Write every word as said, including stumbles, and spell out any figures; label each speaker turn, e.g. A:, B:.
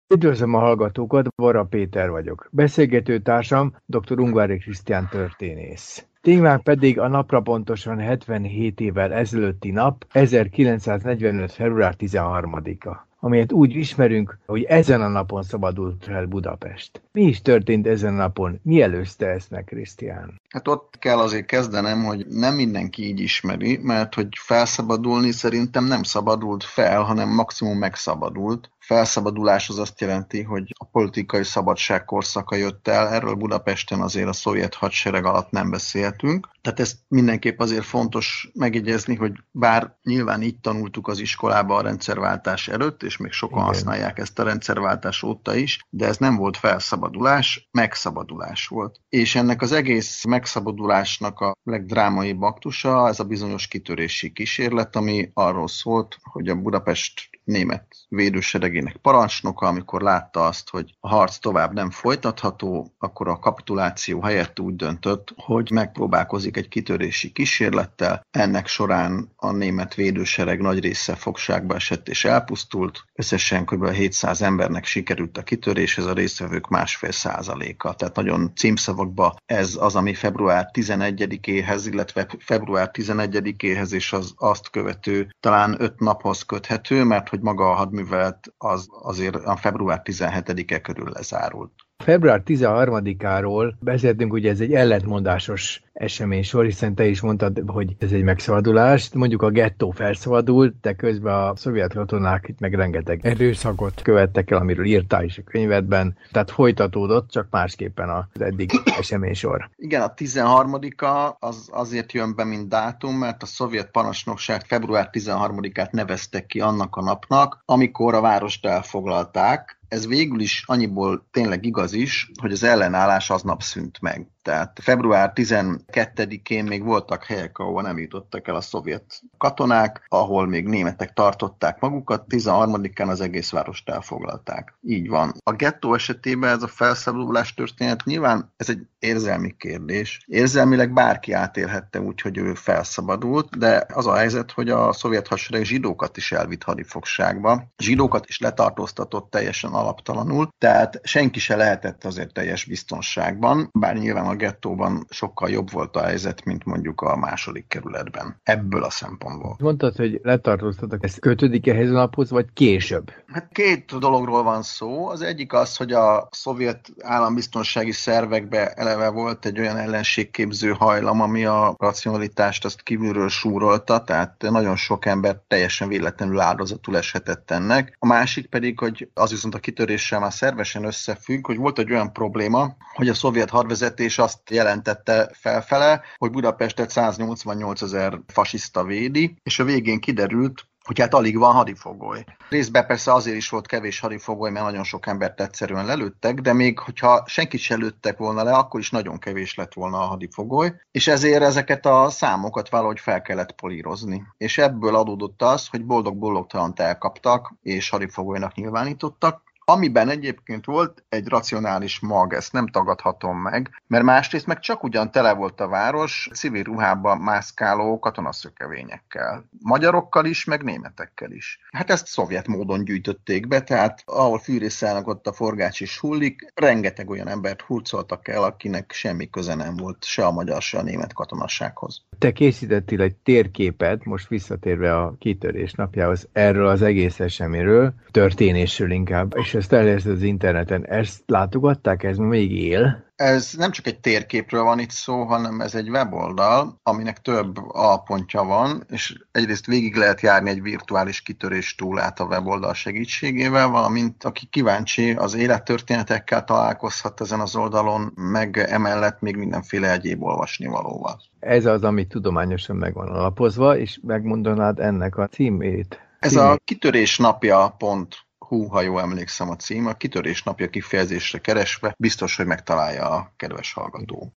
A: Üdvözlöm a hallgatókat, Varra Péter vagyok. Beszélgető társam dr. Ungvári Krisztián történész. Témánk pedig a napra pontosan hetvenhét évvel ezelőtti nap, ezerkilencszáznegyvenöt. február tizenharmadika, amelyet úgy ismerünk, hogy ezen a napon szabadult fel Budapest. Mi is történt ezen a napon? Mi előzte ezt meg, Krisztián?
B: Hát ott kell azért kezdenem, hogy nem mindenki így ismeri, mert hogy felszabadulni szerintem nem szabadult fel, hanem maximum megszabadult. Felszabadulás az azt jelenti, hogy a politikai szabadság korszaka jött el, erről Budapesten azért a szovjet hadsereg alatt nem beszéltünk. Tehát ezt mindenképp azért fontos megjegyezni, hogy bár nyilván így tanultuk az iskolába a rendszerváltás előtt, és még sokan Igen. használják ezt a rendszerváltás óta is, de ez nem volt felszabadulás, megszabadulás volt. És ennek az egész megszabadulásnak a legdrámaibb aktusa ez a bizonyos kitörési kísérlet, ami arról szólt, hogy a Budapest német védőseregének parancsnoka, amikor látta azt, hogy a harc tovább nem folytatható, akkor a kapituláció helyett úgy döntött, hogy megpróbálkozik egy kitörési kísérlettel. Ennek során a német védősereg nagy része fogságba esett és elpusztult. Összesen kb. hétszáz embernek sikerült a kitörés, ez a résztvevők másfél százaléka. Tehát nagyon címszavakban ez az, ami február tizenegyedikéhez, illetve február tizenegyedikéhez és az azt követő talán öt naphoz köthető, mert hogy maga a hadművelet az azért a február tizenhetedike körül lezárult.
A: Február tizenharmadikáról beszéltünk, ugye ez egy ellentmondásos eseménysor, hiszen te is mondtad, hogy ez egy megszabadulás. Mondjuk a gettó felszabadult, de közben a szovjet katonák itt meg rengeteg erőszakot követtek el, amiről írtál is a könyvedben. Tehát folytatódott, csak másképpen az eddig eseménysor.
B: Igen, a tizenharmadika az azért jön be, mint dátum, mert a szovjet parancsnokság február tizenharmadikát neveztek ki annak a napnak, amikor a várost elfoglalták. Ez végül is annyiból tényleg igaz is, hogy az ellenállás aznap szűnt meg. Tehát február tizenkettedikén még voltak helyek, ahol nem jutottak el a szovjet katonák, ahol még németek tartották magukat, tizenharmadikán az egész várost elfoglalták. Így van. A gettó esetében ez a felszabadulás történet nyilván ez egy érzelmi kérdés. Érzelmileg bárki átélhette úgy, hogy ő felszabadult, de az a helyzet, hogy a szovjet hadsereg zsidókat is elvitt hadifogságba. Zsidókat is letartóztatott teljesen alaptalanul, tehát senki se lehetett azért teljes biztonságban, bár nyilván a gettóban sokkal jobb volt a helyzet, mint mondjuk a második kerületben. Ebből a szempontból.
A: Mondtad, hogy letartóztattak. Ez kötődik ehhez a naphoz, vagy később?
B: Hát két dologról van szó. Az egyik az, hogy a szovjet állambiztonsági szervekbe eleve volt egy olyan ellenségképző hajlam, ami a racionalitást azt kívülről súrolta, tehát nagyon sok ember teljesen véletlenül áldozatul eshetett ennek. A másik pedig, hogy az viszont a kitöréssel már szervesen összefügg, hogy volt egy olyan probléma, hogy a szovjet hadvezetés azt jelentette felfele, hogy Budapestet száznyolcvannyolcezer fasiszta védi, és a végén kiderült, hogy hát alig van hadifogoly. Részben persze azért is volt kevés hadifogoly, mert nagyon sok embert egyszerűen lelőttek, de még hogyha senkit se lőttek volna le, akkor is nagyon kevés lett volna a hadifogoly, és ezért ezeket a számokat valahogy fel kellett polírozni. És ebből adódott az, hogy boldog-boldogtalant elkaptak, és hadifogolynak nyilvánítottak, amiben egyébként volt egy racionális mag, ezt nem tagadhatom meg, mert másrészt meg csak ugyan tele volt a város civil ruhában mászkáló katonaszökevényekkel. Magyarokkal is, meg németekkel is. Hát ezt szovjet módon gyűjtötték be, tehát ahol fűrészelnek ott a forgács is hullik, rengeteg olyan embert hurcoltak el, akinek semmi köze nem volt se a magyar, se a német katonassághoz.
A: Te készítettél egy térképet, most visszatérve a kitörés napjához, erről az egész eseményről, történésről inkább, és ezt elhelyezted az interneten. Ezt látogatták? Ez még él?
B: Ez nem csak egy térképről van itt szó, hanem ez egy weboldal, aminek több alpontja van, és egyrészt végig lehet járni egy virtuális kitörés túlát a weboldal segítségével, valamint aki kíváncsi, az élettörténetekkel találkozhat ezen az oldalon, meg emellett még mindenféle egyéb olvasnivalóval.
A: Ez az, ami tudományosan meg van alapozva, és megmondanád ennek a címét?
B: Ez a kitörésnapja pont hú, ha jól emlékszem a cím, a kitörés napja kifejezésre keresve biztos, hogy megtalálja a kedves hallgató.